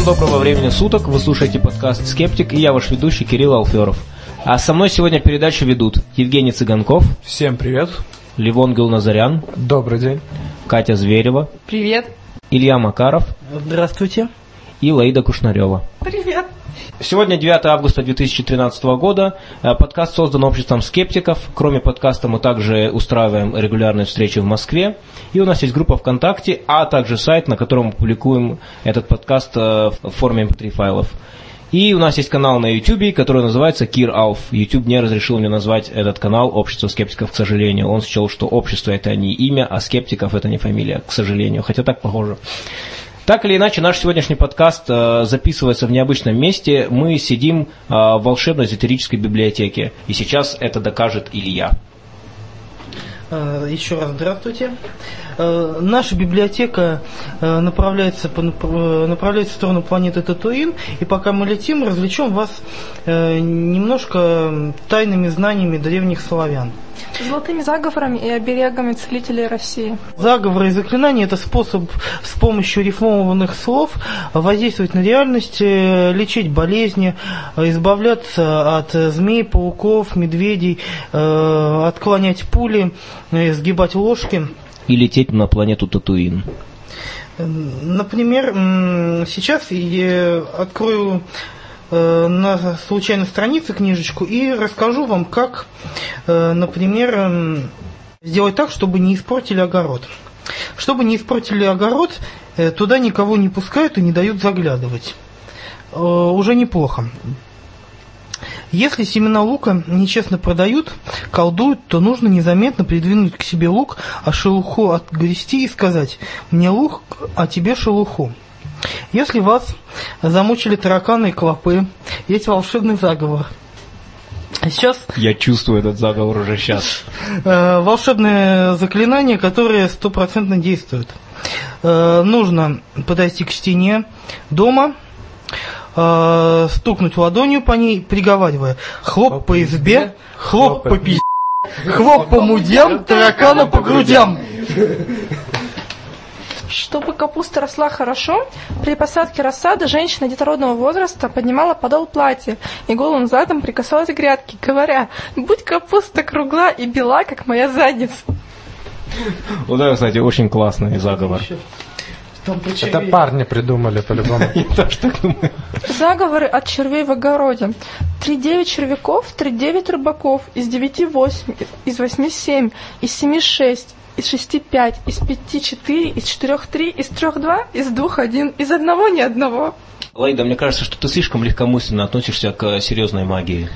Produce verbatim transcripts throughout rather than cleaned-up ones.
Всем доброго времени суток, вы слушаете подкаст «Скептик» и я ваш ведущий Кирилл Алферов. А со мной сегодня передачу ведут Евгений Цыганков. Всем привет. Левон Гулназарян. Добрый день. Катя Зверева. Привет. Илья Макаров. Здравствуйте. И Лаида Кушнарева. Привет. Сегодня девятое августа две тысячи тринадцатого года. Подкаст создан обществом скептиков. Кроме подкаста мы также устраиваем регулярные встречи в Москве. И у нас есть группа ВКонтакте, а также сайт, на котором мы публикуем этот подкаст в форме эм пэ три файлов. И у нас есть канал на YouTube, который называется Кир Алф. YouTube не разрешил мне назвать этот канал «Общество скептиков», к сожалению. Он счел, что общество – это не имя, а скептиков – это не фамилия, к сожалению. Хотя так похоже. Так или иначе, наш сегодняшний подкаст э, записывается в необычном месте. Мы сидим э, в волшебной эзотерической библиотеке. И сейчас это докажет Илья. Еще раз здравствуйте. Наша библиотека направляется, по, направляется в сторону планеты Татуин, и пока мы летим, развлечем вас немножко тайными знаниями древних славян. Золотыми заговорами и оберегами целителей России. Заговоры и заклинания – это способ с помощью рифмованных слов воздействовать на реальность, лечить болезни, избавляться от змей, пауков, медведей, отклонять пули, сгибать ложки. И лететь на планету Татуин. Например, сейчас я открою на случайной странице книжечку и расскажу вам, как, например, сделать так, чтобы не испортили огород. Чтобы не испортили огород, туда никого не пускают и не дают заглядывать. Уже неплохо. Если семена лука нечестно продают, колдуют, то нужно незаметно придвинуть к себе лук, а шелуху отгрести и сказать: «Мне лук, а тебе шелуху». Если вас замучили тараканы и клопы, есть волшебный заговор. Сейчас Я чувствую этот заговор уже сейчас. Э, волшебное заклинание, которое стопроцентно действует. Э, нужно подойти к стене дома, э, стукнуть ладонью по ней, приговаривая: хлоп по избе, хлоп по пи***, хлоп по мудям, таракана по грудям. Чтобы капуста росла хорошо, при посадке рассады женщина детородного возраста поднимала подол платья и голым задом прикасалась к грядке, говоря: «Будь капуста кругла и бела, как моя задница». Вот это, кстати, очень классный заговор. Это парни придумали по-любому. Я тоже так думаю. Заговоры от червей в огороде. Три девять червяков, три девять рыбаков, из девяти восемь, из восьми семь, из семи шесть, из шести пять, из пяти четыре, из четырех три, из трех два, из двух один, из одного ни одного. Лаида, мне кажется, что ты слишком легкомысленно относишься к серьезной магии.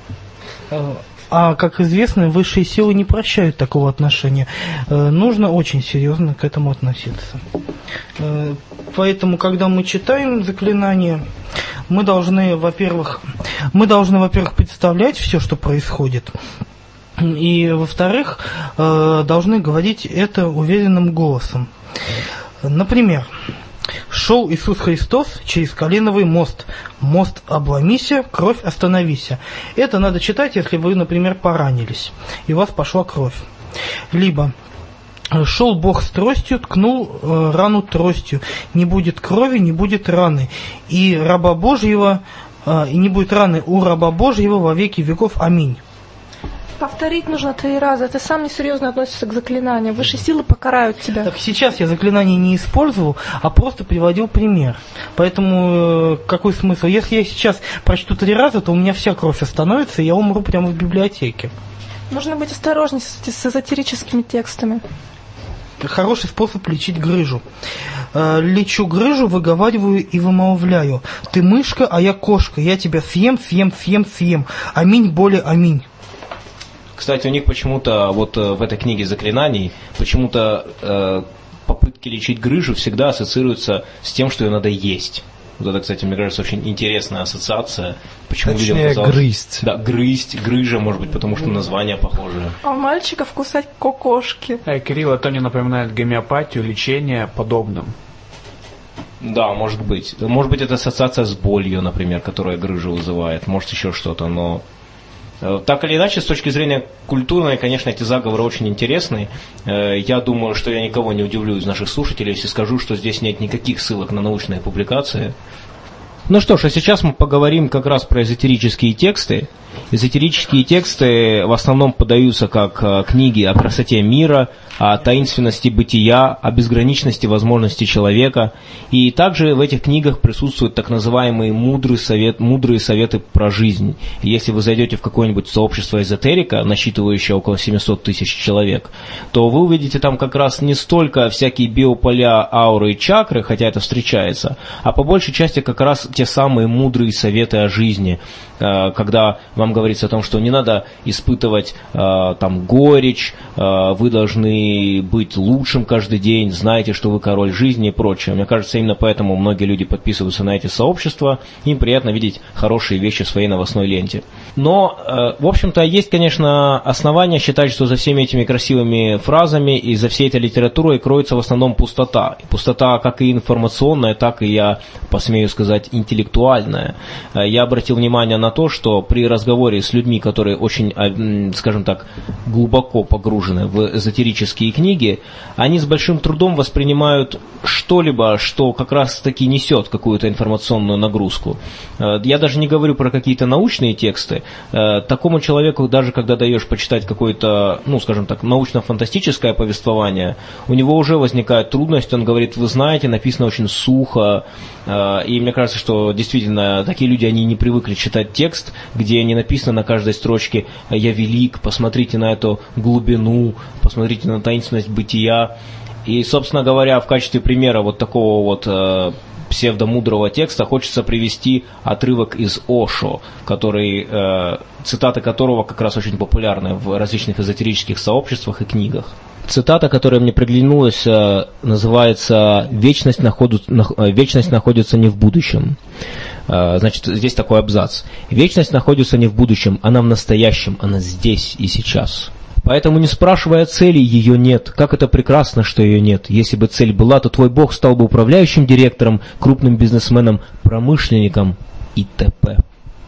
А, как известно, высшие силы не прощают такого отношения. Э, нужно очень серьезно к этому относиться. Э, поэтому, когда мы читаем заклинания, мы должны, во-первых, мы должны, во-первых, представлять все, что происходит. И, во-вторых, э, должны говорить это уверенным голосом. Например: «Шел Иисус Христос через Калиновый мост. Мост обломися, кровь остановися». Это надо читать, если вы, например, поранились, и у вас пошла кровь. Либо: «Шел Бог с тростью, ткнул э, рану тростью. Не будет крови, не будет раны. И раба Божьего, э, и не будет раны у раба Божьего во веки веков. Аминь». Повторить нужно три раза. Ты сам несерьезно относишься к заклинаниям. Высшие силы покарают тебя. Так сейчас я заклинание не использовал, а просто приводил пример. Поэтому э, какой смысл? Если я сейчас прочту три раза, то у меня вся кровь остановится, и я умру прямо в библиотеке. Нужно быть осторожней с, с эзотерическими текстами. Хороший способ лечить грыжу. Э, лечу грыжу, выговариваю и вымолвляю: «Ты мышка, а я кошка. Я тебя съем, съем, съем, съем. Аминь, боли, аминь». Кстати, у них почему-то вот в этой книге заклинаний почему-то э, попытки лечить грыжу всегда ассоциируются с тем, что ее надо есть. Вот это, кстати, мне кажется, очень интересная ассоциация. Почему Точнее, людям казалось, грызть. Да, грызть, грыжа, может быть, потому что название похожее. А у мальчиков кусать кокошки. Э, Кирилл, это не напоминает гомеопатию, лечение подобным. Да, может быть. Может быть, это ассоциация с болью, например, которая грыжу вызывает. Может, еще что-то, но... Так или иначе, с точки зрения культурной, конечно, эти заговоры очень интересны. Я думаю, что я никого не удивлю из наших слушателей, если скажу, что здесь нет никаких ссылок на научные публикации. Ну что ж, а сейчас мы поговорим как раз про эзотерические тексты. Эзотерические тексты в основном подаются как книги о красоте мира, о таинственности бытия, о безграничности возможностей человека. И также в этих книгах присутствуют так называемые мудрые, совет, мудрые советы про жизнь. И если вы зайдете в какое-нибудь сообщество эзотерика, насчитывающее около семьсот тысяч человек, то вы увидите там как раз не столько всякие биополя, ауры и чакры, хотя это встречается, а по большей части как раз те самые мудрые советы о жизни, когда вам говорится о том, что не надо испытывать там горечь, вы должны быть лучшим каждый день, знаете, что вы король жизни и прочее. Мне кажется, именно поэтому многие люди подписываются на эти сообщества, им приятно видеть хорошие вещи в своей новостной ленте. Но, в общем-то, есть, конечно, основания считать, что за всеми этими красивыми фразами и за всей этой литературой кроется в основном пустота. Пустота как и информационная, так и, я посмею сказать, интеллектуальная. Я обратил внимание на то, что при разговоре с людьми, которые очень, скажем так, глубоко погружены в эзотерические книги, они с большим трудом воспринимают что-либо, что как раз-таки несет какую-то информационную нагрузку. Я даже не говорю про какие-то научные тексты. Такому человеку, даже когда даешь почитать какое-то, ну, скажем так, научно-фантастическое повествование, у него уже возникает трудность, он говорит, вы знаете, написано очень сухо, и мне кажется, что действительно такие люди, они не привыкли читать текст, где не написано на каждой строчке «Я велик», посмотрите на эту глубину, посмотрите на таинственность бытия. И, собственно говоря, в качестве примера вот такого вот э, псевдомудрого текста хочется привести отрывок из Ошо, который, э, цитаты которого как раз очень популярны в различных эзотерических сообществах и книгах. Цитата, которая мне приглянулась, называется «Вечность, находу, «Вечность находится не в будущем». Значит, здесь такой абзац. «Вечность находится не в будущем, она в настоящем, она здесь и сейчас». Поэтому, не спрашивая о цели, ее нет. Как это прекрасно, что ее нет. Если бы цель была, то твой Бог стал бы управляющим директором, крупным бизнесменом, промышленником и т.п.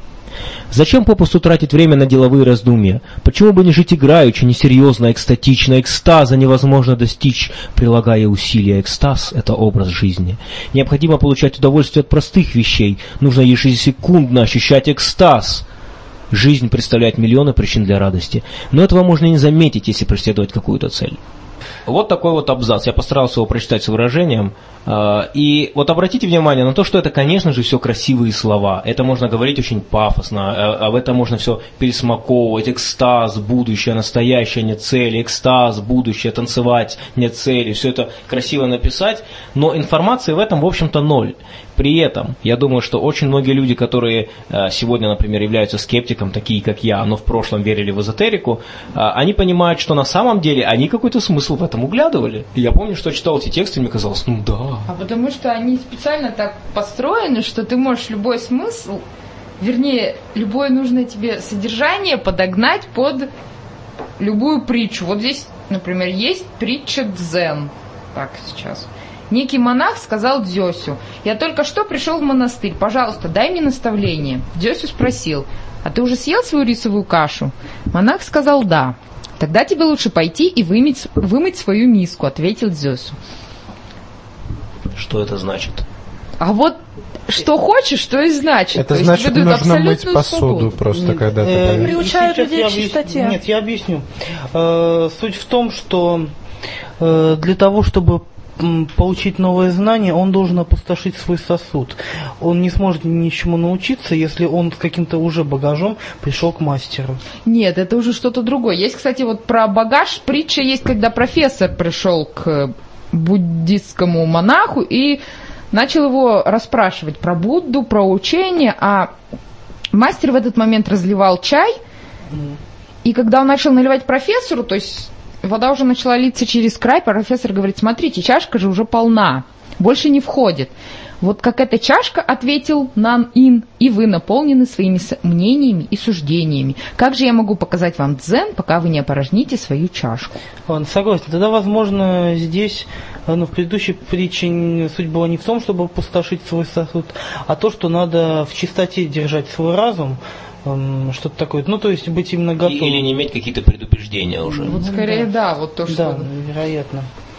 Зачем попусту тратить время на деловые раздумья? Почему бы не жить играючи, несерьезно, экстатично? Экстаза невозможно достичь, прилагая усилия. Экстаз – это образ жизни. Необходимо получать удовольствие от простых вещей. Нужно ежесекундно ощущать экстаз. Жизнь представляет миллионы причин для радости. Но этого можно не заметить, если преследовать какую-то цель. Вот такой вот абзац. Я постарался его прочитать с выражением. И вот обратите внимание на то, что это, конечно же, все красивые слова. Это можно говорить очень пафосно, об этом можно все пересмаковывать. Экстаз, будущее, настоящее, нет цели. Экстаз, будущее, танцевать, нет цели. Все это красиво написать, но информации в этом, в общем-то, ноль. При этом, я думаю, что очень многие люди, которые сегодня, например, являются скептиком, такие как я, но в прошлом верили в эзотерику, они понимают, что на самом деле они какой-то смысл в этом углядывали. И я помню, что я читал эти тексты, и мне казалось, ну да. А потому что они специально так построены, что ты можешь любой смысл, вернее, любое нужное тебе содержание подогнать под любую притчу. Вот здесь, например, есть притча дзен. Так, сейчас. Некий монах сказал Дзёсю: «Я только что пришел в монастырь, пожалуйста, дай мне наставление». Дзёсю спросил: «А ты уже съел свою рисовую кашу?» Монах сказал: «Да». «Тогда тебе лучше пойти и вымыть, вымыть свою миску», — ответил Дзёсю. Что это значит? А вот что хочешь, то и значит. Это то значит, есть, нужно мыть посуду свободу. просто, Нет, когда э, ты... Приучают людей к объясню. чистоте. Нет, я объясню. Э, суть в том, что э, для того, чтобы получить новое знание, он должен опустошить свой сосуд. Он не сможет ничему научиться, если он с каким-то уже багажом пришел к мастеру. Нет, это уже что-то другое. Есть, кстати, вот про багаж притча есть, когда профессор пришел к буддистскому монаху и начал его расспрашивать про Будду, про учение, а мастер в этот момент разливал чай, mm. и когда он начал наливать профессору, то есть вода уже начала литься через край, профессор говорит: смотрите, чашка же уже полна, больше не входит. Вот как эта чашка, ответил Нан-Ин, и вы наполнены своими мнениями и суждениями. Как же я могу показать вам дзен, пока вы не опорожните свою чашку? Ладно, согласен. Тогда, возможно, здесь, ну, в предыдущей притче суть была не в том, чтобы опустошить свой сосуд, а то, что надо в чистоте держать свой разум, что-то такое. Ну, то есть быть именно готовым. Или не иметь какие-то предубеждения уже. Вот скорее, да, да вот то, что... Да, вероятно.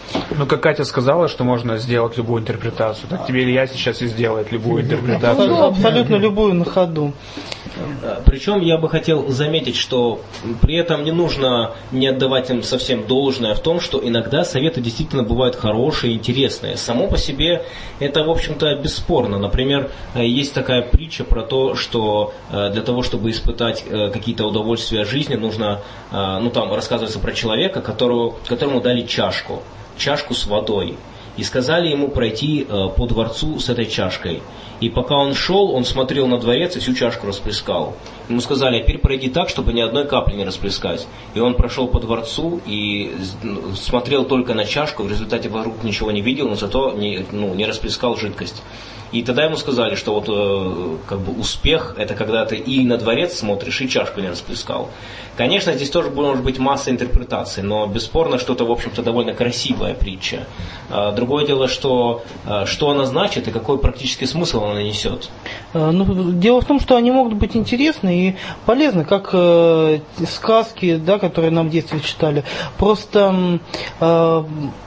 Ну, как Катя сказала, что можно сделать любую интерпретацию, так тебе Илья сейчас и сделает любую интерпретацию. Абсолютно любую на ходу. Причем я бы хотел заметить, что при этом не нужно не отдавать им совсем должное в том, что иногда советы действительно бывают хорошие и интересные. Само по себе это, в общем-то, бесспорно. Например, есть такая притча про то, что для того, чтобы испытать какие-то удовольствия жизни, нужно, ну там рассказывается про человека, которого, которому дали чашку, чашку с водой. И сказали ему пройти э, по дворцу с этой чашкой. И пока он шел, он смотрел на дворец и всю чашку расплескал. Ему сказали, а теперь пройди так, чтобы ни одной капли не расплескать. И он прошел по дворцу и смотрел только на чашку, в результате вокруг ничего не видел, но зато не, ну, не расплескал жидкость. И тогда ему сказали, что вот э, как бы успех, это когда ты и на дворец смотришь, и чашку не расплескал. Конечно, здесь тоже может быть масса интерпретаций, но бесспорно, что это, в общем-то, довольно красивая притча. А, другое дело, что, а, что она значит и какой практический смысл она несет. Ну, дело в том, что они могут быть интересны и полезны, как э, сказки, да, которые нам в детстве читали. Просто... Э,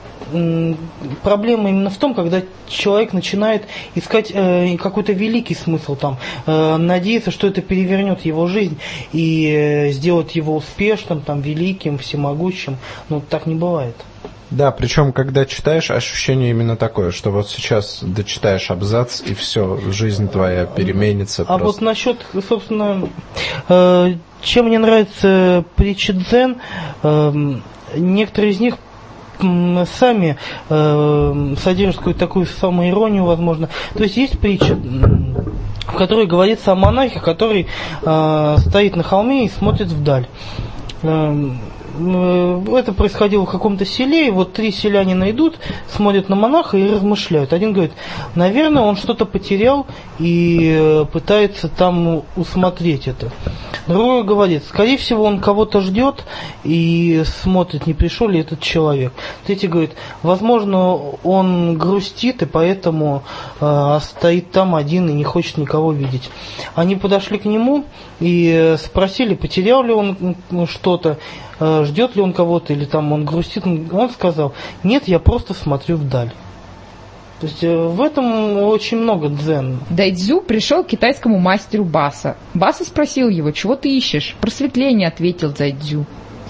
проблема именно в том, когда человек начинает искать э, какой-то великий смысл там, э, надеяться, что это перевернет его жизнь и э, сделает его успешным, там, великим, всемогущим. Но так не бывает. Да, причем, когда читаешь, ощущение именно такое, что вот сейчас дочитаешь абзац, и все, жизнь твоя переменится. А просто. Вот насчет, собственно, э, чем мне нравится притчи дзен, э, некоторые из них сами э, содержат какую-то такую самоиронию, возможно. То есть есть притча, в которой говорится о монахе, который э, стоит на холме и смотрит вдаль. Э, это происходило в каком-то селе, и вот три селянина идут, смотрят на монаха и размышляют. Один говорит, наверное, он что-то потерял и пытается там усмотреть это. Другой говорит, скорее всего, он кого-то ждет и смотрит, не пришел ли этот человек. Третий говорит, возможно, он грустит и поэтому э, стоит там один и не хочет никого видеть. Они подошли к нему и спросили, потерял ли он что-то, э, ждет ли он кого-то или там он грустит. Он сказал, нет, я просто смотрю вдаль. То есть в этом очень много дзен. Дайдзю пришел к китайскому мастеру Баса. Баса спросил его, чего ты ищешь? Просветление, ответил Дайдзю.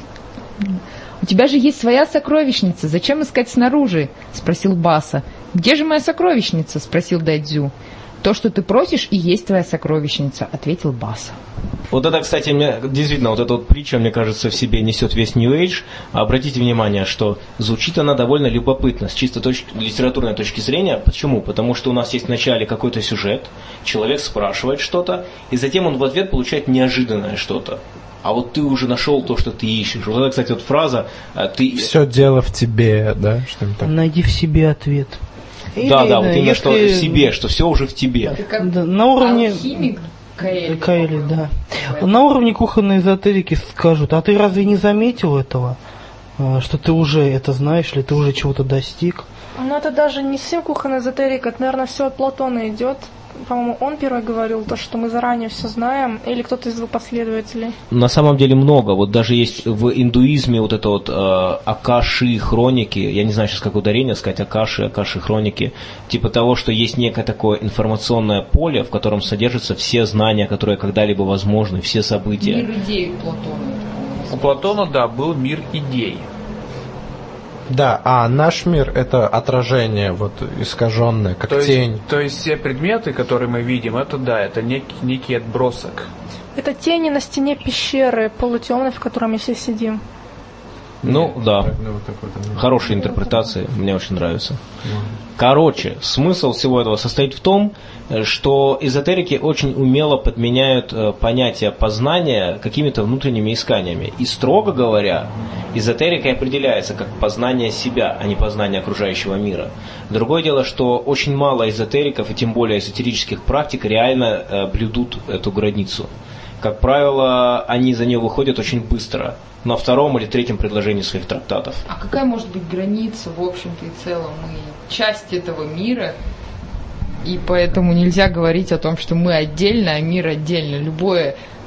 У тебя же есть своя сокровищница, зачем искать снаружи? Спросил Баса. Где же моя сокровищница? Спросил Дайдзю. То, что ты просишь, и есть твоя сокровищница, ответил Баса. Вот это, кстати, мне, действительно, вот эта вот притча, мне кажется, в себе несет весь New Age. Обратите внимание, что звучит она довольно любопытно, с чисто точки, литературной точки зрения. Почему? Потому что у нас есть в начале какой-то сюжет, человек спрашивает что-то, и затем он в ответ получает неожиданное что-то. А вот ты уже нашел то, что ты ищешь. Вот это, кстати, вот фраза... Ты... Все дело в тебе, да? Что-нибудь так. Найди в себе ответ. Или, да, да, вот именно если... что в себе, что все уже в тебе. Да, на уровне... Алхимик Каэли. Каэли, да. На уровне кухонной эзотерики скажут, а ты разве не заметил этого? Что ты уже это знаешь, или ты уже чего-то достиг? Ну это даже не все кухонная эзотерика, это, наверное, все от Платона идет. По-моему, он первый говорил то, что мы заранее все знаем, или кто-то из его последователей. На самом деле много. Вот даже есть в индуизме вот это вот э, акаши, хроники, я не знаю сейчас как ударение сказать, акаши, акаши, хроники, типа того, что есть некое такое информационное поле, в котором содержатся все знания, которые когда-либо возможны, все события. Мир идей Платона. У Платона, да, был мир идей. Да, а наш мир это отражение, вот искаженное, как то тень. Есть, то есть все предметы, которые мы видим, это да, это некий, некий отбросок. Это тени на стене пещеры полутемной, в которой мы все сидим. Ну, да. Хорошие интерпретации, мне очень нравятся. Короче, смысл всего этого состоит в том, что эзотерики очень умело подменяют понятие познания какими-то внутренними исканиями. И, строго говоря, эзотерика определяется как познание себя, а не познание окружающего мира. Другое дело, что очень мало эзотериков, и тем более эзотерических практик, реально блюдут эту границу. Как правило, они за нее выходят очень быстро, на втором или третьем предложении своих трактатов. А какая может быть граница, в общем-то и целом? Мы часть этого мира, и поэтому нельзя говорить о том, что мы отдельно, а мир отдельно. Любое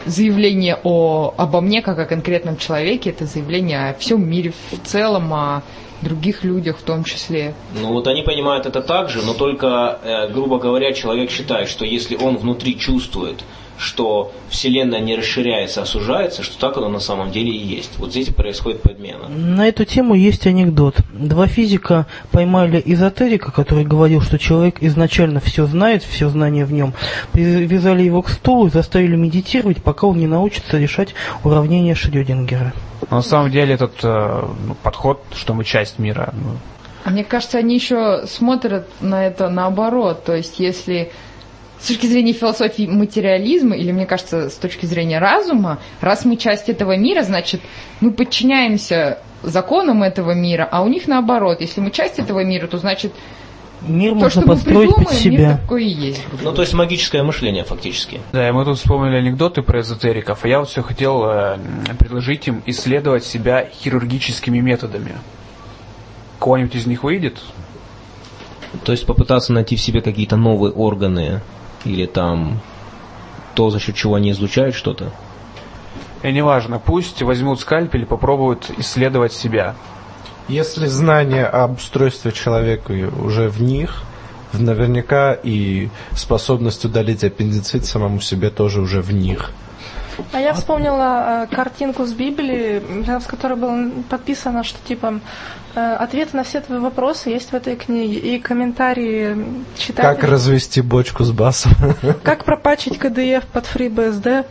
заявление о, обо мне как о конкретном человеке, это заявление о всем мире в целом, о других людях в том числе. Ну вот они понимают это так же, но только, э, грубо говоря, человек считает, что если он внутри чувствует, что Вселенная не расширяется, а сужается, что так оно на самом деле и есть. Вот здесь происходит подмена. На эту тему есть анекдот. Два физика поймали эзотерика, который говорил, что человек изначально все знает, все знания в нем, привязали его к стулу и заставили медитировать, пока он не научится решать уравнения Шрёдингера. Но на самом деле этот э, подход, что мы часть мира. Ну... А мне кажется, они еще смотрят на это наоборот. То есть, если с точки зрения философии материализма, или, мне кажется, с точки зрения разума, раз мы часть этого мира, значит, мы подчиняемся законам этого мира, а у них наоборот. Если мы часть этого мира, то значит... Мир то, можно что построить мы придумаем, под себя. мир такой и есть. Ну, то есть магическое мышление фактически. Да, и мы тут вспомнили анекдоты про эзотериков, а я вот все хотел э, предложить им исследовать себя хирургическими методами. Кого-нибудь из них выйдет? То есть попытаться найти в себе какие-то новые органы или там то, за счет чего они излучают что-то? И неважно, пусть возьмут скальпель и попробуют исследовать себя. Если знание об устройстве человека уже в них, наверняка и способность удалить аппендицит самому себе тоже уже в них. А я вспомнила э, картинку с Библии, в которой было подписано, что типа э, ответы на все твои вопросы есть в этой книге, и комментарии читателей. Как развести бочку с басом? Как пропачить ка дэ эф под FreeBSD?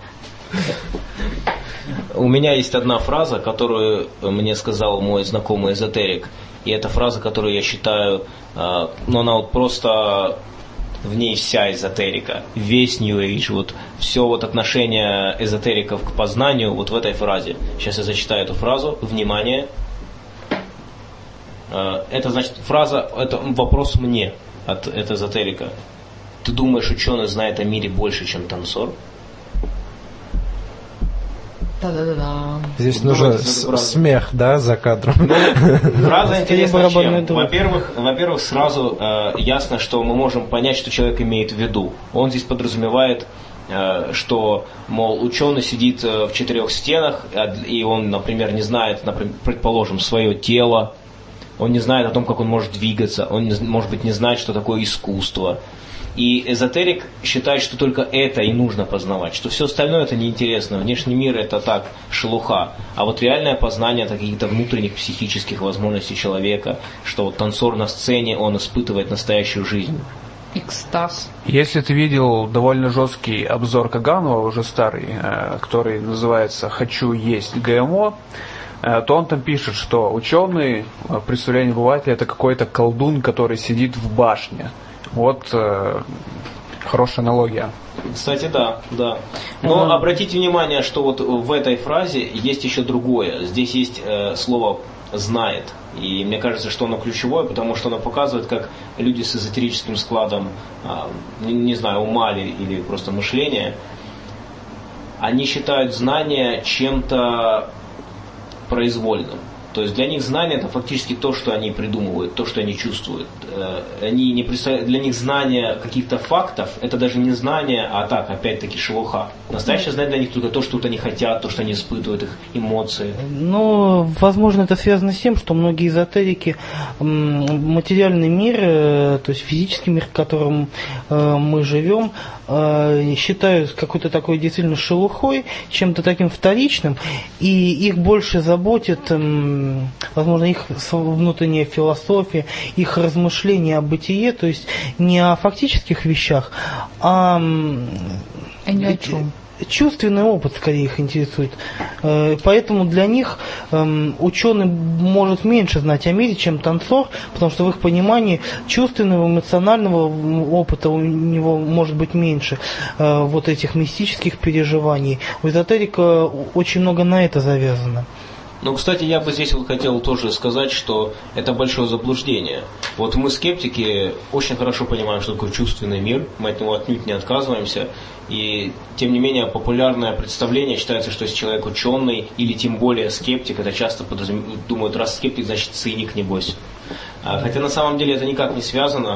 У меня есть одна фраза, которую мне сказал мой знакомый эзотерик, и это фраза, которую я считаю, э, ну она вот просто... в ней вся эзотерика, весь New Age, вот все вот отношение эзотериков к познанию вот в этой фразе. Сейчас я зачитаю эту фразу. Внимание. Это значит фраза, это вопрос мне от, от эзотерика. Ты думаешь, ученый знает о мире больше, чем танцор? Да-да-да. Здесь Ну, нужен давайте с- смех, да, за кадром. Фраза интересна барабанная чем? дробь. Во-первых, во-первых, сразу э, ясно, что мы можем понять, что человек имеет в виду. Он здесь подразумевает, э, что, мол, ученый сидит э, в четырех стенах, а- и он, например, не знает, например, предположим, свое тело, он не знает о том, как он может двигаться, он, не- может быть, не знает, что такое искусство. И эзотерик считает, что только это и нужно познавать, что все остальное это неинтересно, внешний мир это так, шелуха, а вот реальное познание это каких-то внутренних психических возможностей человека, что вот танцор на сцене, он испытывает настоящую жизнь. Экстаз. Если ты видел довольно жесткий обзор Каганова, уже старый, э, который называется «Хочу есть ГМО», э, то он там пишет, что ученый, э, представление обывателя, это какой-то колдун, который сидит в башне. Вот э, хорошая аналогия. Кстати, да, да. Но обратите внимание, что вот в этой фразе есть еще другое. Здесь есть э, слово «знает». И мне кажется, что оно ключевое, потому что оно показывает, как люди с эзотерическим складом, э, не, не знаю, ума или, или просто мышления, они считают знание чем-то произвольным. То есть для них знание это фактически то, что они придумывают, то, что они чувствуют. Они не представляют, для них знание каких-то фактов это даже не знание, а так, опять-таки, шелуха. Настоящее знание для них только то, что вот они хотят, то, что они испытывают, их эмоции. Но, возможно, это связано с тем, что многие эзотерики м, материальный мир, э, то есть физический мир, в котором э, мы живем, э, считают какой-то такой действительно шелухой, чем-то таким вторичным, и их больше заботит, м, возможно, их внутренняя философия, их размышления о бытие, то есть не о фактических вещах, а м, А ни о чем. чувственный опыт скорее их интересует. Э, Поэтому для них эм, ученый может меньше знать о мире, чем танцор, потому что в их понимании чувственного, эмоционального опыта у него может быть меньше, э, вот этих мистических переживаний. У эзотерика очень много на это завязано. Ну, кстати, я бы здесь вот хотел тоже сказать, что это большое заблуждение. Вот мы, скептики, очень хорошо понимаем, что такое чувственный мир, мы от него отнюдь не отказываемся, и, тем не менее, популярное представление считается, что если человек ученый, или тем более скептик, это часто подразумевают, думают, раз скептик, значит циник, небось. Хотя на самом деле это никак не связано.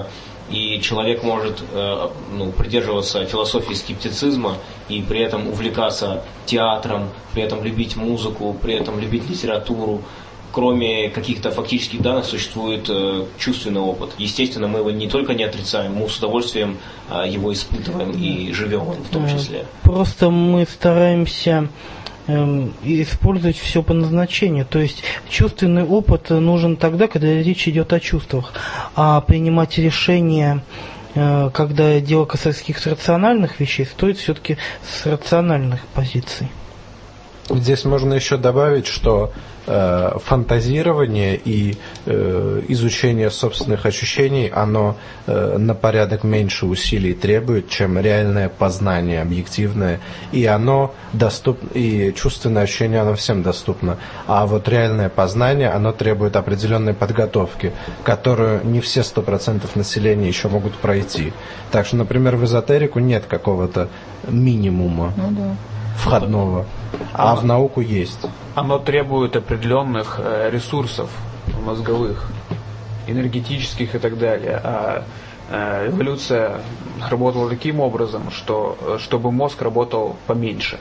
и человек может э, ну, придерживаться философии скептицизма и при этом увлекаться театром, при этом любить музыку, при этом любить литературу. Кроме каких-то фактических данных существует э, чувственный опыт. Естественно, мы его не только не отрицаем, мы с удовольствием э, его испытываем и живем в том числе. Просто мы стараемся использовать все по назначению. То есть чувственный опыт нужен тогда, когда речь идет о чувствах. А принимать решения, когда дело касается каких-то рациональных вещей, стоит все-таки с рациональных позиций. Здесь можно еще добавить, что э, фантазирование и э, изучение собственных ощущений, оно э, на порядок меньше усилий требует, чем реальное познание, объективное, и оно доступно, и чувственное ощущение, оно всем доступно. А вот реальное познание, оно требует определенной подготовки, которую не все сто процентов населения еще могут пройти. Так что, например, в эзотерику нет какого-то минимума. Ну, да. Входного, а в науку есть. Оно требует определенных ресурсов мозговых, энергетических и так далее. А эволюция работала таким образом, что чтобы мозг работал поменьше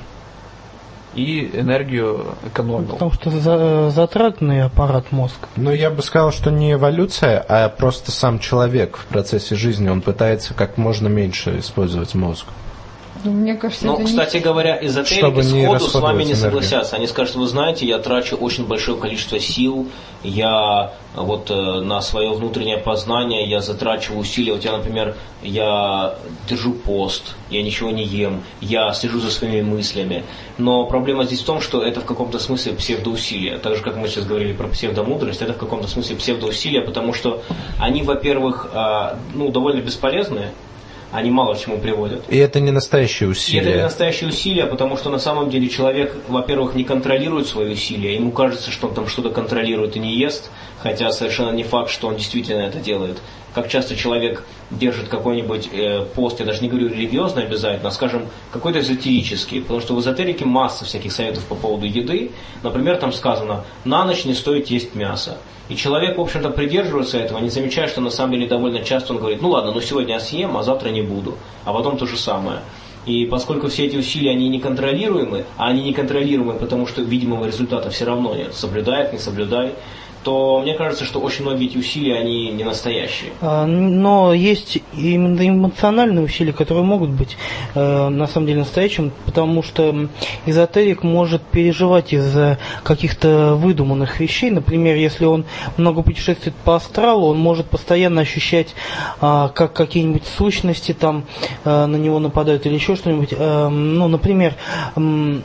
и энергию экономил. Потому что за, затратный аппарат мозг. Ну, я бы сказал, что не эволюция, а просто сам человек в процессе жизни, он пытается как можно меньше использовать мозг. Ну, мне кажется, ну, это кстати не... говоря, эзотерики сходу с вами не согласятся. Они скажут, вы знаете, я трачу очень большое количество сил, я вот э, на свое внутреннее познание, я затрачиваю усилия. Вот я, например, я держу пост, я ничего не ем, я слежу за своими мыслями. Но проблема здесь в том, что это в каком-то смысле псевдоусилия. Так же, как мы сейчас говорили про псевдомудрость, это в каком-то смысле псевдоусилия, потому что они, во-первых, э, ну, довольно бесполезные. Они мало к чему приводят. И это не настоящие усилия. И это не настоящие усилия, потому что на самом деле человек, во-первых, не контролирует свои усилия. Ему кажется, что он там что-то контролирует и не ест, хотя совершенно не факт, что он действительно это делает. Как часто человек держит какой-нибудь э, пост, я даже не говорю религиозный обязательно, а, скажем, какой-то эзотерический, потому что в эзотерике масса всяких советов по поводу еды. Например, там сказано, на ночь не стоит есть мясо. И человек, в общем-то, придерживается этого, не замечая, что на самом деле довольно часто он говорит, ну ладно, ну сегодня я съем, а завтра не буду. А потом то же самое. И поскольку все эти усилия, они неконтролируемы, а они неконтролируемы, потому что видимого результата все равно нет, соблюдает, не соблюдай, то мне кажется, что очень многие эти усилия, они не настоящие. Но есть именно эмоциональные усилия, которые могут быть э, на самом деле настоящими, потому что эзотерик может переживать из-за каких-то выдуманных вещей. Например, если он много путешествует по астралу, он может постоянно ощущать, э, как какие-нибудь сущности там э, на него нападают или еще что-нибудь. Э, ну, например, э,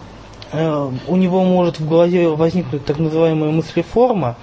у него может в голове возникнуть так называемая мыслеформа,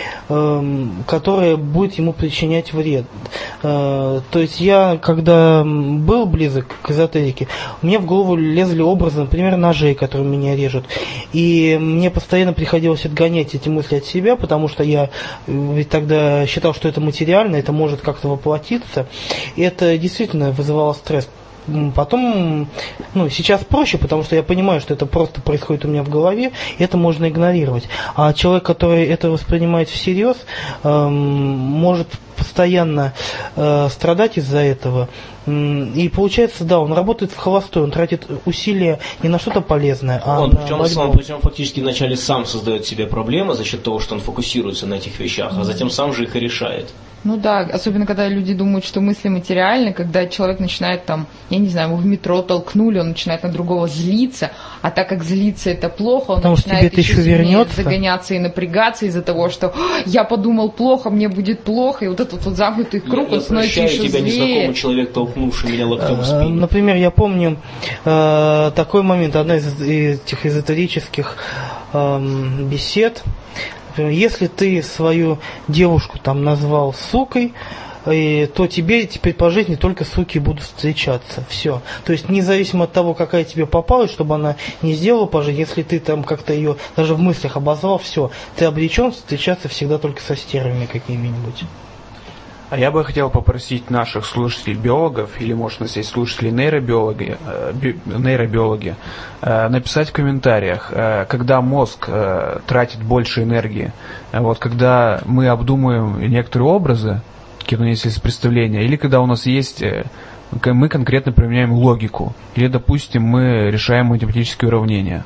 которая будет ему причинять вред. То есть я, когда был близок к эзотерике, мне в голову лезли образы, например, ножей, которые меня режут. И мне постоянно приходилось отгонять эти мысли от себя, потому что я ведь тогда считал, что это материально, это может как-то воплотиться. И это действительно вызывало стресс. Потом, ну, сейчас проще, потому что я понимаю, что это просто происходит у меня в голове, и это можно игнорировать. А человек, который это воспринимает всерьез, эм, может постоянно э, страдать из-за этого. И получается, да, он работает в холостую, он тратит усилия не на что-то полезное, а он, на причем, сам, причем фактически вначале сам создает себе проблемы за счет того, что он фокусируется на этих вещах, а затем сам же их и решает. Ну да, особенно когда люди думают, что мысли материальны, когда человек начинает там, я не знаю, его в метро толкнули, он начинает на другого злиться, а так как злиться это плохо, он Потому начинает еще, еще вернется. загоняться и напрягаться из-за того, что я подумал плохо, мне будет плохо, и вот этот вот замкнутый круг, я, он становится еще тебя, злее. незнакомый человек, толкнувший меня локтем в спину. Например, я помню э, такой момент, одна из этих эзотерических э, бесед. Если ты свою девушку там назвал сукой, и, то тебе теперь по жизни только суки будут встречаться. Все. То есть независимо от того, какая тебе попалась, чтобы она не сделала по жизни, если ты там как-то ее даже в мыслях обозвал, все, ты обречен встречаться всегда только со стервами какими-нибудь. А я бы хотел попросить наших слушателей-биологов, или, может, у нас есть слушатели нейробиологи, нейробиологи, написать в комментариях, когда мозг тратит больше энергии. Вот когда мы обдумываем некоторые образы, какие у нас есть представления, или когда у нас есть, мы конкретно применяем логику, или, допустим, мы решаем математические уравнения.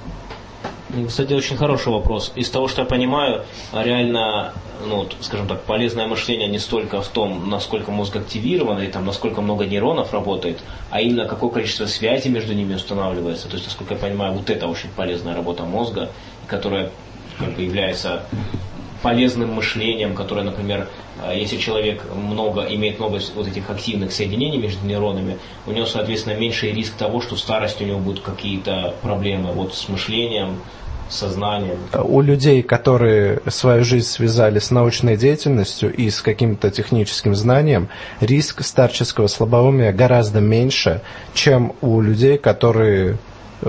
Кстати, очень хороший вопрос. Из того, что я понимаю, реально, ну, скажем так, полезное мышление не столько в том, насколько мозг активирован, или там, насколько много нейронов работает, а именно какое количество связей между ними устанавливается. То есть, насколько я понимаю, вот это очень полезная работа мозга, которая как бы является полезным мышлением, которое, например, если человек много, имеет много вот этих активных соединений между нейронами, у него, соответственно, меньший риск того, что в старости у него будут какие-то проблемы вот с мышлением, сознанием. У людей, которые свою жизнь связали с научной деятельностью и с каким-то техническим знанием, риск старческого слабоумия гораздо меньше, чем у людей, которые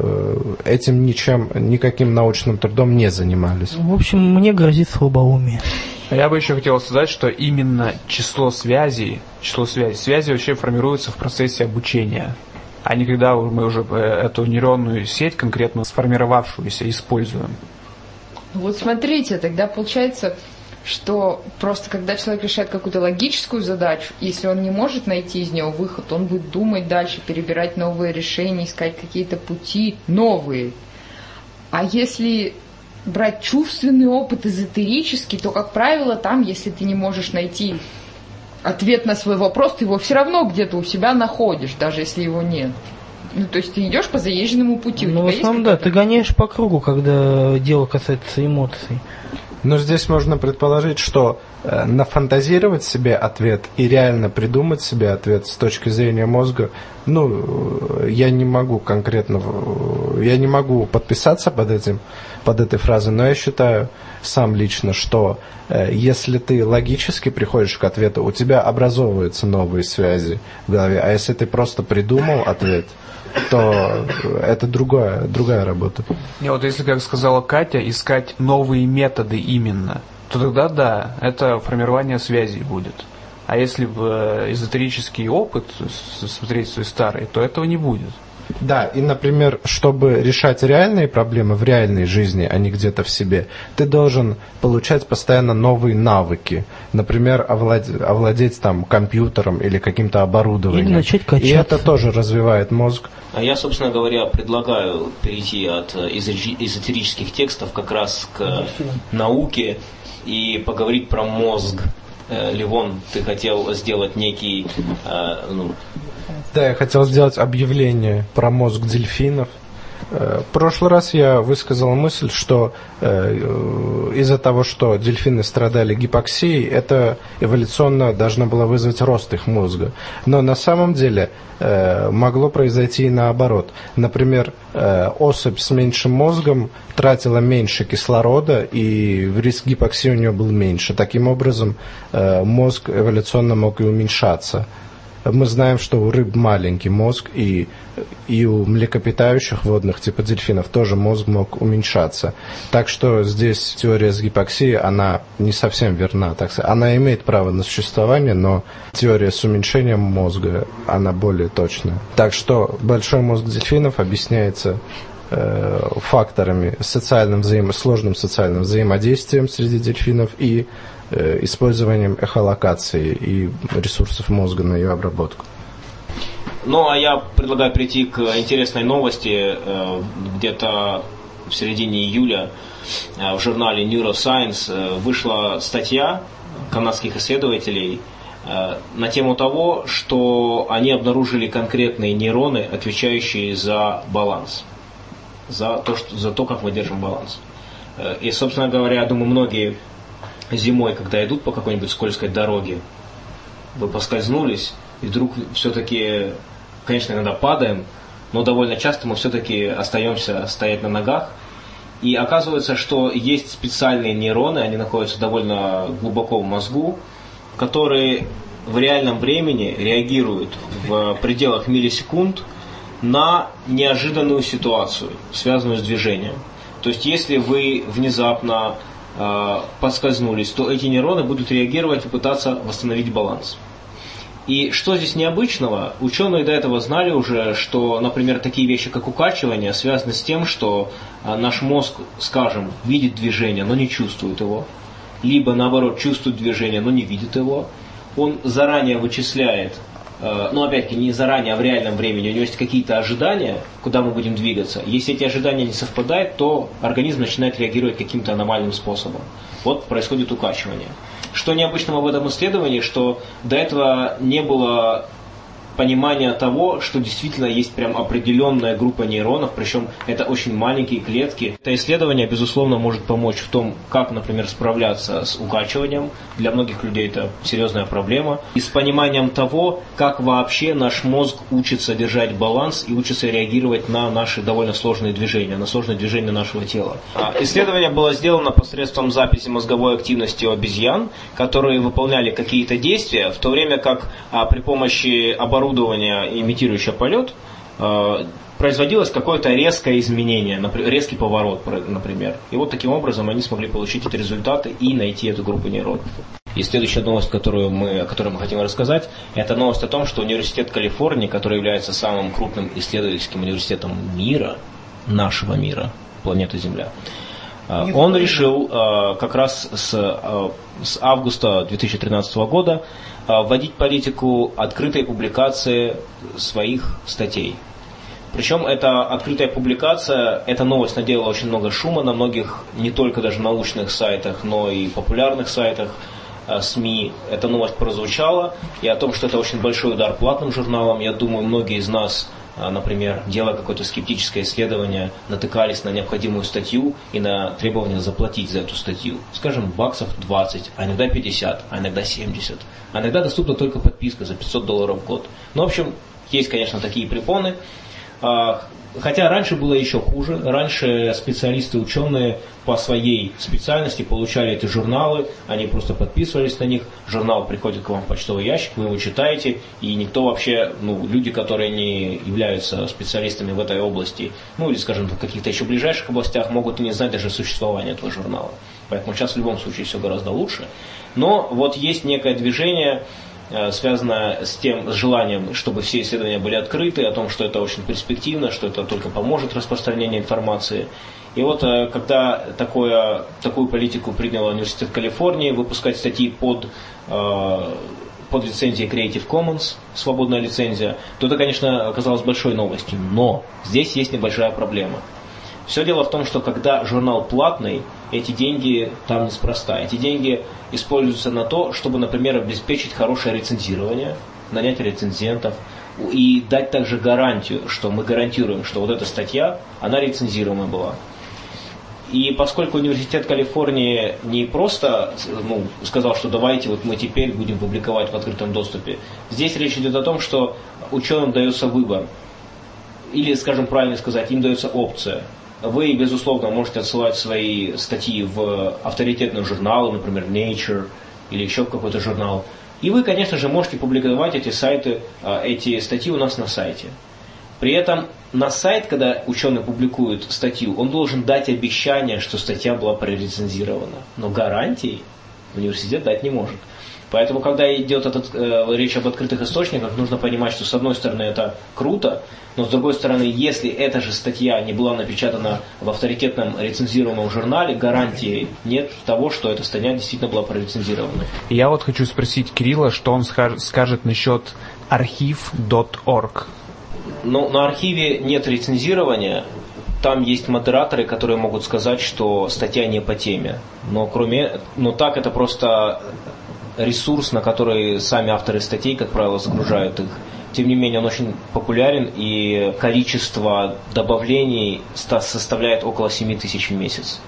этим ничем, никаким научным трудом не занимались. В общем, мне грозит слабоумие. Я бы еще хотел сказать, что именно число связей, число связей, связи вообще формируются в процессе обучения, а не когда мы уже эту нейронную сеть конкретно сформировавшуюся используем. Вот смотрите, тогда получается, что просто когда человек решает какую-то логическую задачу, если он не может найти из нее выход, он будет думать дальше, перебирать новые решения, искать какие-то пути новые. А если брать чувственный опыт, эзотерический, то, как правило, там, если ты не можешь найти ответ на свой вопрос, ты его все равно где-то у себя находишь, даже если его нет. Ну, то есть ты идешь по заезженному пути. Ну, в основном, да, ты гоняешь по кругу, когда дело касается эмоций. Но здесь можно предположить, что э, нафантазировать себе ответ и реально придумать себе ответ с точки зрения мозга, ну, я не могу конкретно, я не могу подписаться под этим, под этой фразой, но я считаю сам лично, что э, если ты логически приходишь к ответу, у тебя образовываются новые связи в голове, а если ты просто придумал ответ, то это другая, другая работа. И вот если, как сказала Катя, искать новые методы именно, то тогда да, это формирование связей будет. А если в эзотерический опыт смотреть свой старый, то этого не будет. Да, и, например, чтобы решать реальные проблемы в реальной жизни, а не где-то в себе, ты должен получать постоянно новые навыки. Например, овладеть, овладеть там компьютером или каким-то оборудованием. Или начать качаться. И это тоже развивает мозг. А я, собственно говоря, предлагаю перейти от эзотерических текстов как раз к науке и поговорить про мозг. Левон, ты хотел сделать некий... Ну... Да, я хотел сделать объявление про мозг дельфинов. В прошлый раз я высказал мысль, что э, из-за того, что дельфины страдали гипоксией, это эволюционно должно было вызвать рост их мозга. Но на самом деле э, могло произойти и наоборот. Например, э, особь с меньшим мозгом тратила меньше кислорода, и риск гипоксии у нее был меньше. Таким образом, э, мозг эволюционно мог и уменьшаться. Мы знаем, что у рыб маленький мозг, и, и у млекопитающих водных, типа дельфинов, тоже мозг мог уменьшаться. Так что здесь теория с гипоксией, она не совсем верна. Так сказать. Она имеет право на существование, но теория с уменьшением мозга, она более точная. Так что большой мозг дельфинов объясняется э, факторами, социальным взаимо, сложным социальным взаимодействием среди дельфинов и использованием эхолокации и ресурсов мозга на ее обработку. Ну, а я предлагаю перейти к интересной новости. Где-то в середине июля в журнале Neuroscience вышла статья канадских исследователей на тему того, что они обнаружили конкретные нейроны, отвечающие за баланс, за то, что, за то, как мы держим баланс. И, собственно говоря, я думаю, многие зимой, когда идут по какой-нибудь скользкой дороге, вы поскользнулись, и вдруг все-таки, конечно, иногда падаем, но довольно часто мы все-таки остаемся стоять на ногах. И оказывается, что есть специальные нейроны, они находятся довольно глубоко в мозгу, которые в реальном времени реагируют в пределах миллисекунд на неожиданную ситуацию, связанную с движением. То есть, если вы внезапно подскользнулись, то эти нейроны будут реагировать и пытаться восстановить баланс. И что здесь необычного? Ученые до этого знали уже, что, например, такие вещи, как укачивание, связаны с тем, что наш мозг, скажем, видит движение, но не чувствует его, либо, наоборот, чувствует движение, но не видит его. он заранее вычисляет, ну, опять-таки, не заранее, а в реальном времени, у него есть какие-то ожидания, куда мы будем двигаться. Если эти ожидания не совпадают, то организм начинает реагировать каким-то аномальным способом. Вот происходит укачивание. Что необычного в этом исследовании, что до этого не было понимания того, что действительно есть прям определенная группа нейронов, причем это очень маленькие клетки. Это исследование, безусловно, может помочь в том, как, например, справляться с укачиванием. Для многих людей это серьезная проблема. И с пониманием того, как вообще наш мозг учится держать баланс и учится реагировать на наши довольно сложные движения, на сложные движения нашего тела. Исследование было сделано посредством записи мозговой активности у обезьян, которые выполняли какие-то действия, в то время как при помощи оборудования, оборудование, имитирующее полет, производилось какое-то резкое изменение, резкий поворот, например. И вот таким образом они смогли получить эти результаты и найти эту группу нейронов. И следующая новость, которую мы, о которой мы хотим рассказать, это новость о том, что Университет Калифорнии, который является самым крупным исследовательским университетом мира, нашего мира, планеты Земля, он решил как раз с, с августа две тысячи тринадцатого года вводить политику открытой публикации своих статей. Причем эта открытая публикация, эта новость наделала очень много шума на многих, не только даже научных сайтах, но и популярных сайтах, СМИ. Эта новость прозвучала, и о том, что это очень большой удар платным журналам, я думаю, многие из нас, например, делая какое-то скептическое исследование, натыкались на необходимую статью и на требование заплатить за эту статью. Скажем, баксов двадцать, а иногда пятьдесят, а иногда семьдесят. А иногда доступна только подписка за пятьсот долларов в год. Ну, в общем, есть, конечно, такие препоны. Хотя раньше было еще хуже. Раньше специалисты, ученые по своей специальности получали эти журналы, они просто подписывались на них, журнал приходит к вам в почтовый ящик, вы его читаете, и никто вообще, ну, люди, которые не являются специалистами в этой области, ну, или, скажем, в каких-то еще ближайших областях, могут и не знать даже существования этого журнала. Поэтому сейчас в любом случае все гораздо лучше. Но вот есть некое движение, связано с тем, с желанием, чтобы все исследования были открыты, о том, что это очень перспективно, что это только поможет распространению информации. И вот когда такое, такую политику принял Университет Калифорнии, выпускать статьи под, под лицензией Creative Commons, свободная лицензия, то это, конечно, оказалось большой новостью. Но здесь есть небольшая проблема. Все дело в том, что когда журнал платный, эти деньги там неспроста. Эти деньги используются на то, чтобы, например, обеспечить хорошее рецензирование, нанять рецензентов и дать также гарантию, что мы гарантируем, что вот эта статья, она рецензируемая была. И поскольку Университет Калифорнии не просто ну, сказал, что давайте вот мы теперь будем публиковать в открытом доступе, здесь речь идет о том, что ученым дается выбор. Или, скажем правильно сказать, им дается опция. Вы, безусловно, можете отсылать свои статьи в авторитетные журналы, например, Nature или еще в какой-то журнал. И вы, конечно же, можете публиковать эти сайты, эти статьи у нас на сайте. При этом на сайт, когда ученый публикует статью, он должен дать обещание, что статья была прорецензирована. Но гарантий университет дать не может. Поэтому, когда идет этот, э, речь об открытых источниках, нужно понимать, что с одной стороны это круто, но с другой стороны, если эта же статья не была напечатана в авторитетном рецензируемом журнале, гарантии нет того, что эта статья действительно была прорецензирована. Я вот хочу спросить Кирилла, что он скажет, скажет насчет архив точка орг. Ну, на архиве нет рецензирования. Там есть модераторы, которые могут сказать, что статья не по теме. Но кроме, но так это просто ресурс, на который сами авторы статей, как правило, загружают их. Тем не менее, он очень популярен, и количество добавлений составляет около семь тысяч в месяц.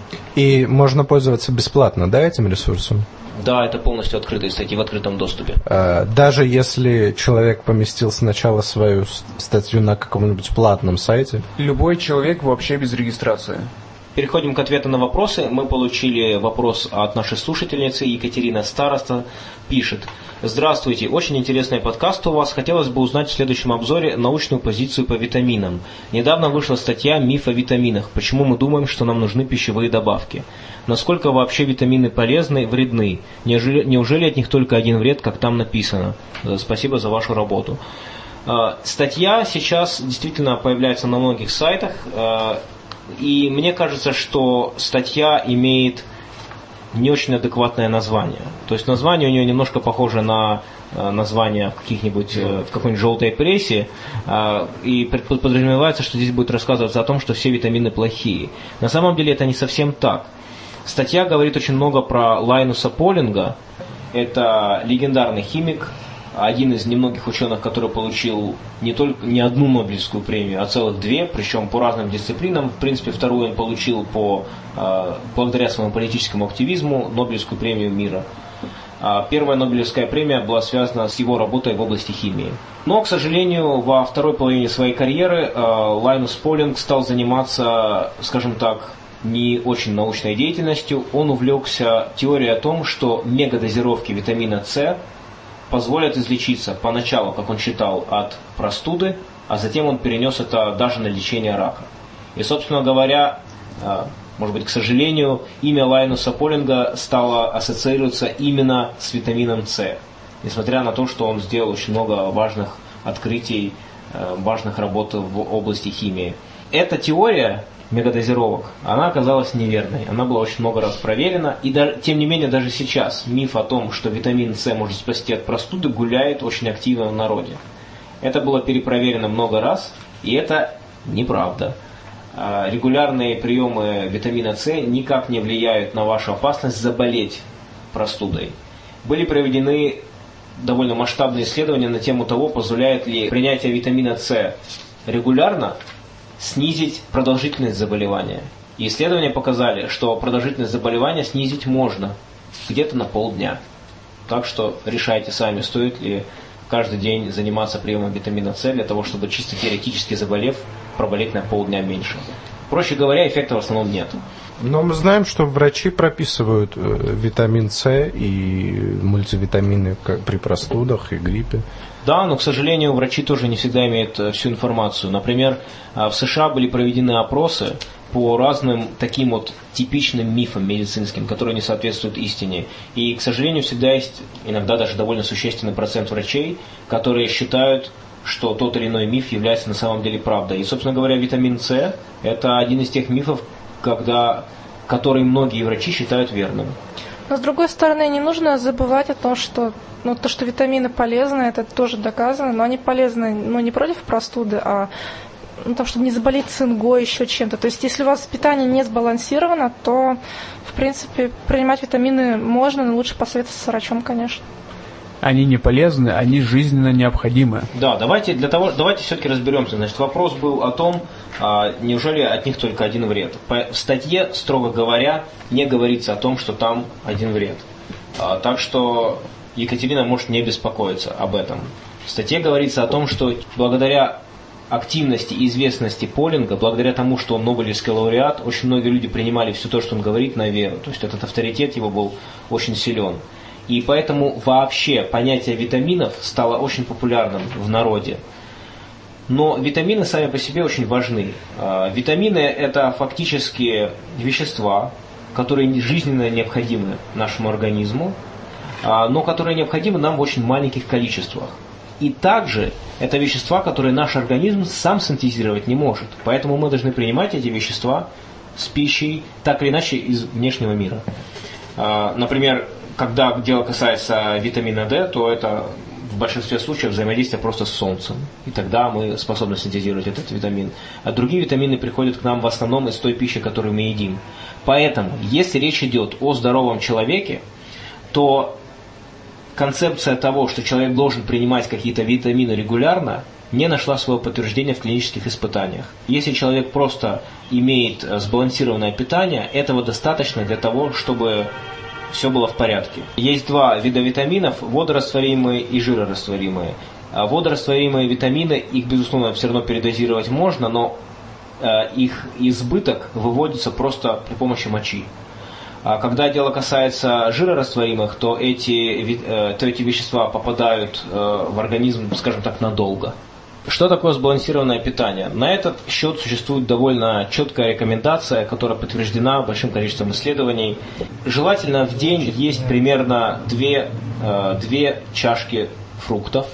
И можно пользоваться бесплатно, да, этим ресурсом? Да, это полностью открытые статьи в открытом доступе. Даже если человек поместил сначала свою статью на каком-нибудь платном сайте? Любой человек вообще без регистрации. Переходим к ответу на вопросы. Мы получили вопрос от нашей слушательницы. Екатерина Староста пишет: здравствуйте, очень интересный подкаст у вас. Хотелось бы узнать в следующем обзоре научную позицию по витаминам. Недавно вышла статья «Миф о витаминах. Почему мы думаем, что нам нужны пищевые добавки». Насколько вообще витамины полезны и вредны? Неужели, неужели от них только один вред, как там написано? Спасибо за вашу работу. Статья сейчас действительно появляется на многих сайтах. И мне кажется, что статья имеет не очень адекватное название. То есть название у нее немножко похоже на название в каких-нибудь, в какой-нибудь желтой прессе, и подразумевается, что здесь будет рассказываться о том, что все витамины плохие. На самом деле это не совсем так. Статья говорит очень много про Лайнуса Полинга. Это легендарный химик, один из немногих ученых, который получил не только не одну Нобелевскую премию, а целых две, причем по разным дисциплинам. В принципе, вторую он получил по, благодаря своему политическому активизму Нобелевскую премию мира. Первая Нобелевская премия была связана с его работой в области химии. Но, к сожалению, во второй половине своей карьеры Лайнус Полинг стал заниматься, скажем так, не очень научной деятельностью. Он увлекся теорией о том, что мегадозировки витамина С позволят излечиться поначалу, как он считал, от простуды, а затем он перенес это даже на лечение рака. И, собственно говоря, может быть, к сожалению, имя Лайнуса Полинга стало ассоциироваться именно с витамином С, несмотря на то, что он сделал очень много важных открытий, важных работ в области химии. Эта теория мегадозировок, она оказалась неверной. Она была очень много раз проверена. И даже, тем не менее, даже сейчас миф о том, что витамин С может спасти от простуды, гуляет очень активно в народе. Это было перепроверено много раз, и это неправда. Регулярные приемы витамина С никак не влияют на вашу опасность заболеть простудой. Были проведены довольно масштабные исследования на тему того, позволяет ли принятие витамина С регулярно снизить продолжительность заболевания. И исследования показали, что продолжительность заболевания снизить можно где-то на полдня. Так что решайте сами, стоит ли каждый день заниматься приемом витамина С для того, чтобы чисто теоретически заболев, проболеть на полдня меньше. Проще говоря, эффекта в основном нет. Но мы знаем, что врачи прописывают витамин С и мультивитамины при простудах и гриппе. Да, но, к сожалению, врачи тоже не всегда имеют всю информацию. Например, в США были проведены опросы по разным таким вот типичным мифам медицинским, которые не соответствуют истине. И, к сожалению, всегда есть, иногда даже довольно существенный процент врачей, которые считают, что тот или иной миф является на самом деле правдой. И, собственно говоря, витамин С – это один из тех мифов, когда, который многие врачи считают верным. Но, с другой стороны, не нужно забывать о том, что ну, то, что витамины полезны, это тоже доказано, но они полезны ну, не против простуды, а ну, там, чтобы не заболеть цингой, еще чем-то. То есть, если у вас питание не сбалансировано, то, в принципе, принимать витамины можно, но лучше посоветоваться с врачом, конечно. Они не полезны, они жизненно необходимы. Да, давайте для того, давайте все-таки разберемся. Значит, вопрос был о том, а, неужели от них только один вред. По, в статье, строго говоря, не говорится о том, что там один вред. А, так что Екатерина может не беспокоиться об этом. В статье говорится о том, что благодаря активности и известности Полинга, благодаря тому, что он Нобелевский лауреат, очень многие люди принимали все то, что он говорит, на веру. То есть этот авторитет его был очень силен. И поэтому вообще понятие витаминов стало очень популярным в народе. Но витамины сами по себе очень важны. Витамины – это фактически вещества, которые жизненно необходимы нашему организму, но которые необходимы нам в очень маленьких количествах. И также это вещества, которые наш организм сам синтезировать не может. Поэтому мы должны принимать эти вещества с пищей, так или иначе, из внешнего мира. Например, когда дело касается витамина D, то это в большинстве случаев взаимодействие просто с солнцем. И тогда мы способны синтезировать этот витамин. А другие витамины приходят к нам в основном из той пищи, которую мы едим. Поэтому, если речь идет о здоровом человеке, то концепция того, что человек должен принимать какие-то витамины регулярно, не нашла своего подтверждения в клинических испытаниях. Если человек просто имеет сбалансированное питание, этого достаточно для того, чтобы все было в порядке. Есть два вида витаминов, водорастворимые и жирорастворимые. Водорастворимые витамины, их, безусловно, все равно передозировать можно, но их избыток выводится просто при помощи мочи. Когда дело касается жирорастворимых, то эти, то эти вещества попадают в организм, скажем так, надолго. Что такое сбалансированное питание? На этот счет существует довольно четкая рекомендация, которая подтверждена большим количеством исследований. Желательно в день есть примерно две, две чашки фруктов,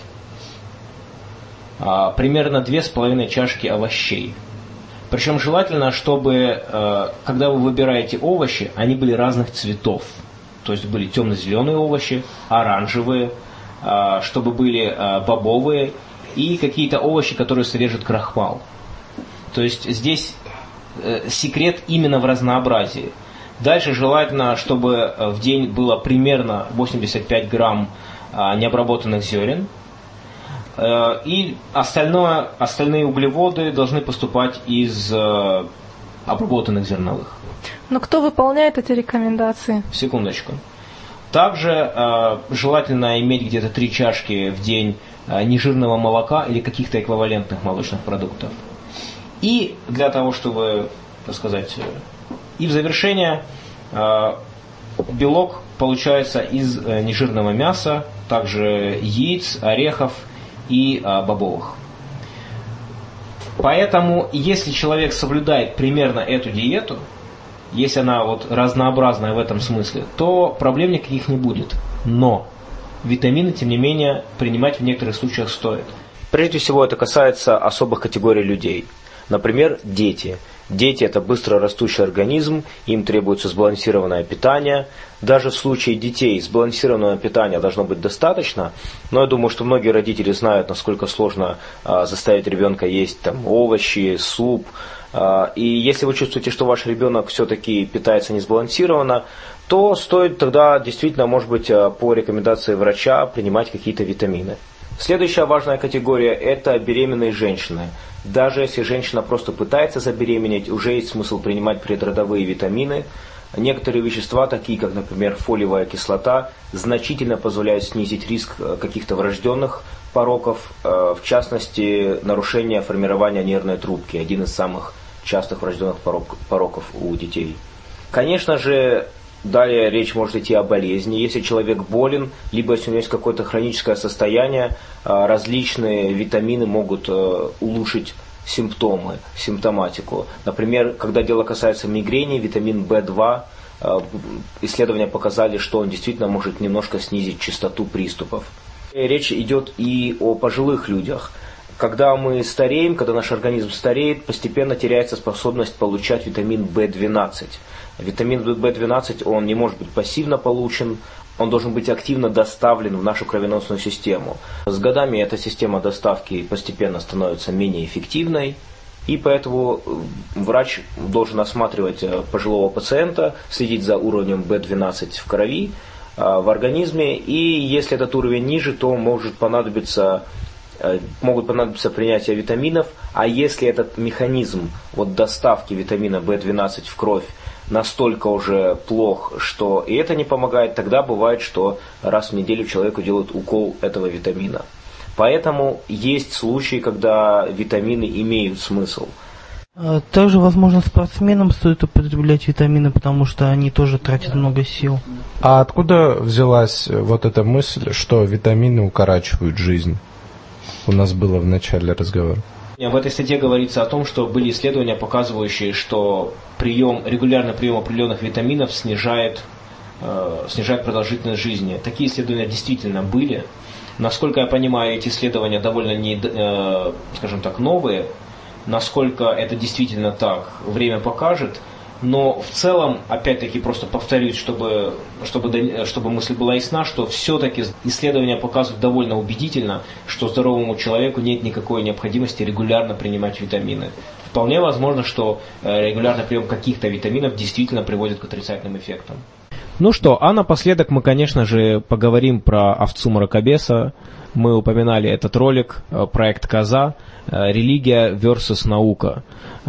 примерно две с половиной чашки овощей. Причем желательно, чтобы, когда вы выбираете овощи, они были разных цветов. то есть были темно-зеленые овощи, оранжевые, чтобы были бобовые и какие-то овощи, которые содержат крахмал. То есть здесь секрет именно в разнообразии. Дальше желательно, чтобы в день было примерно восемьдесят пять грамм необработанных зерен. И остальное, остальные углеводы должны поступать из обработанных зерновых. Но кто выполняет эти рекомендации? Секундочку. Также э, желательно иметь где-то три чашки в день э, нежирного молока или каких-то эквивалентных молочных продуктов. И для того, чтобы, так сказать, и в завершение, э, белок получается из э, нежирного мяса, также яиц, орехов и э, бобовых. Поэтому, если человек соблюдает примерно эту диету, если она вот разнообразная в этом смысле, то проблем никаких не будет. Но витамины, тем не менее, принимать в некоторых случаях стоит. Прежде всего, это касается особых категорий людей. Например, дети. Дети – это быстро растущий организм, им требуется сбалансированное питание. Даже в случае детей сбалансированного питания должно быть достаточно, но я думаю, что многие родители знают, насколько сложно а, заставить ребенка есть там, овощи, суп. А, и если вы чувствуете, что ваш ребенок все-таки питается несбалансированно, то стоит тогда действительно, может быть, по рекомендации врача принимать какие-то витамины. Следующая важная категория – это беременные женщины. Даже если женщина просто пытается забеременеть, уже есть смысл принимать предродовые витамины. Некоторые вещества, такие как, например, фолиевая кислота, значительно позволяют снизить риск каких-то врожденных пороков, в частности, нарушение формирования нервной трубки, один из самых частых врожденных пороков у детей. Конечно же, далее речь может идти о болезни. Если человек болен, либо если у него есть какое-то хроническое состояние, различные витамины могут улучшить симптомы, симптоматику. Например, когда дело касается мигрени, витамин бэ два, исследования показали, что он действительно может немножко снизить частоту приступов. Речь идет и о пожилых людях. Когда мы стареем, когда наш организм стареет, постепенно теряется способность получать витамин бэ двенадцать. Витамин бэ двенадцать, он не может быть пассивно получен, он должен быть активно доставлен в нашу кровеносную систему. С годами эта система доставки постепенно становится менее эффективной, и поэтому врач должен осматривать пожилого пациента, следить за уровнем бэ двенадцать в крови, в организме, и если этот уровень ниже, то может понадобиться могут понадобиться принятие витаминов, а если этот механизм вот, доставки витамина бэ двенадцать в кровь настолько уже плох, что и это не помогает, тогда бывает, что раз в неделю человеку делают укол этого витамина. Поэтому есть случаи, когда витамины имеют смысл. Также, возможно, спортсменам стоит употреблять витамины, потому что они тоже тратят много сил. А откуда взялась вот эта мысль, что витамины укорачивают жизнь? У нас было в начале разговора. В этой статье говорится о том, что были исследования, показывающие, что прием, регулярный прием определенных витаминов снижает, э, снижает продолжительность жизни. Такие исследования действительно были. Насколько я понимаю, эти исследования довольно, не, э, скажем так, новые. Насколько это действительно так, время покажет. Но в целом, опять-таки, просто повторюсь, чтобы, чтобы, чтобы мысль была ясна, что все-таки исследования показывают довольно убедительно, что здоровому человеку нет никакой необходимости регулярно принимать витамины. Вполне возможно, что регулярный прием каких-то витаминов действительно приводит к отрицательным эффектам. Ну что, а напоследок мы, конечно же, поговорим про овцу мракобеса. Мы упоминали этот ролик, проект «Коза», «Религия versus наука».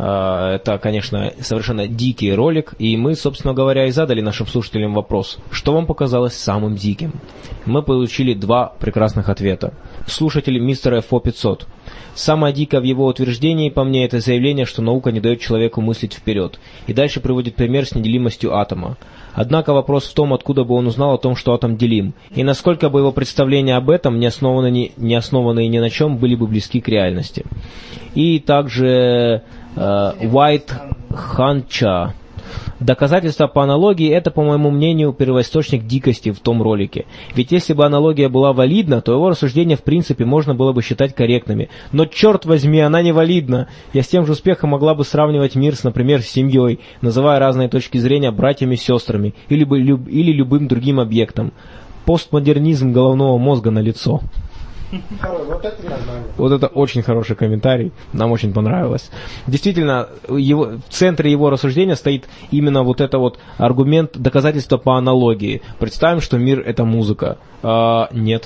Это, конечно, совершенно дикий ролик, и мы, собственно говоря, и задали нашим слушателям вопрос, что вам показалось самым диким. Мы получили два прекрасных ответа. Слушатель мистер эф о пятьсот. Самое дикое в его утверждении, по мне, это заявление, что наука не дает человеку мыслить вперед. И дальше приводит пример с неделимостью атома. Однако вопрос в том, откуда бы он узнал о том, что атом делим, и насколько бы его представления об этом, не основанные ни, не основанные ни на чем, были бы близки к реальности. И также э, White Ханча Доказательства по аналогии – это, по моему мнению, первоисточник дикости в том ролике. Ведь если бы аналогия была валидна, то его рассуждения в принципе можно было бы считать корректными. Но черт возьми, она не валидна. Я с тем же успехом могла бы сравнивать мир с, например, семьей, называя разные точки зрения братьями и сестрами или, или любым другим объектом. Постмодернизм головного мозга налицо. Вот это нормально. Вот это очень хороший комментарий, нам очень понравилось. Действительно, его, в центре его рассуждения стоит именно вот это вот аргумент, доказательства по аналогии. Представим, что мир — это музыка. А, нет.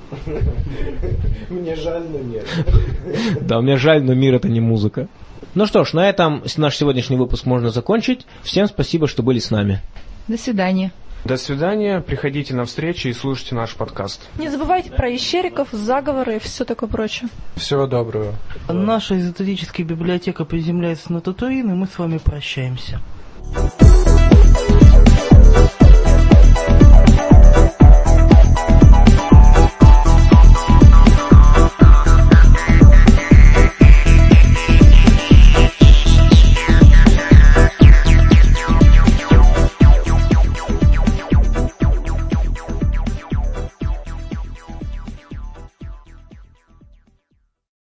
Мне жаль, но нет. Да, мне жаль, но мир — это не музыка. Ну что ж, на этом наш сегодняшний выпуск можно закончить. Всем спасибо, что были с нами. До свидания. До свидания, приходите на встречи и слушайте наш подкаст. Не забывайте про ищериков, заговоры и все такое прочее. Всего доброго. Наша эзотерическая библиотека приземляется на Татуин, и мы с вами прощаемся.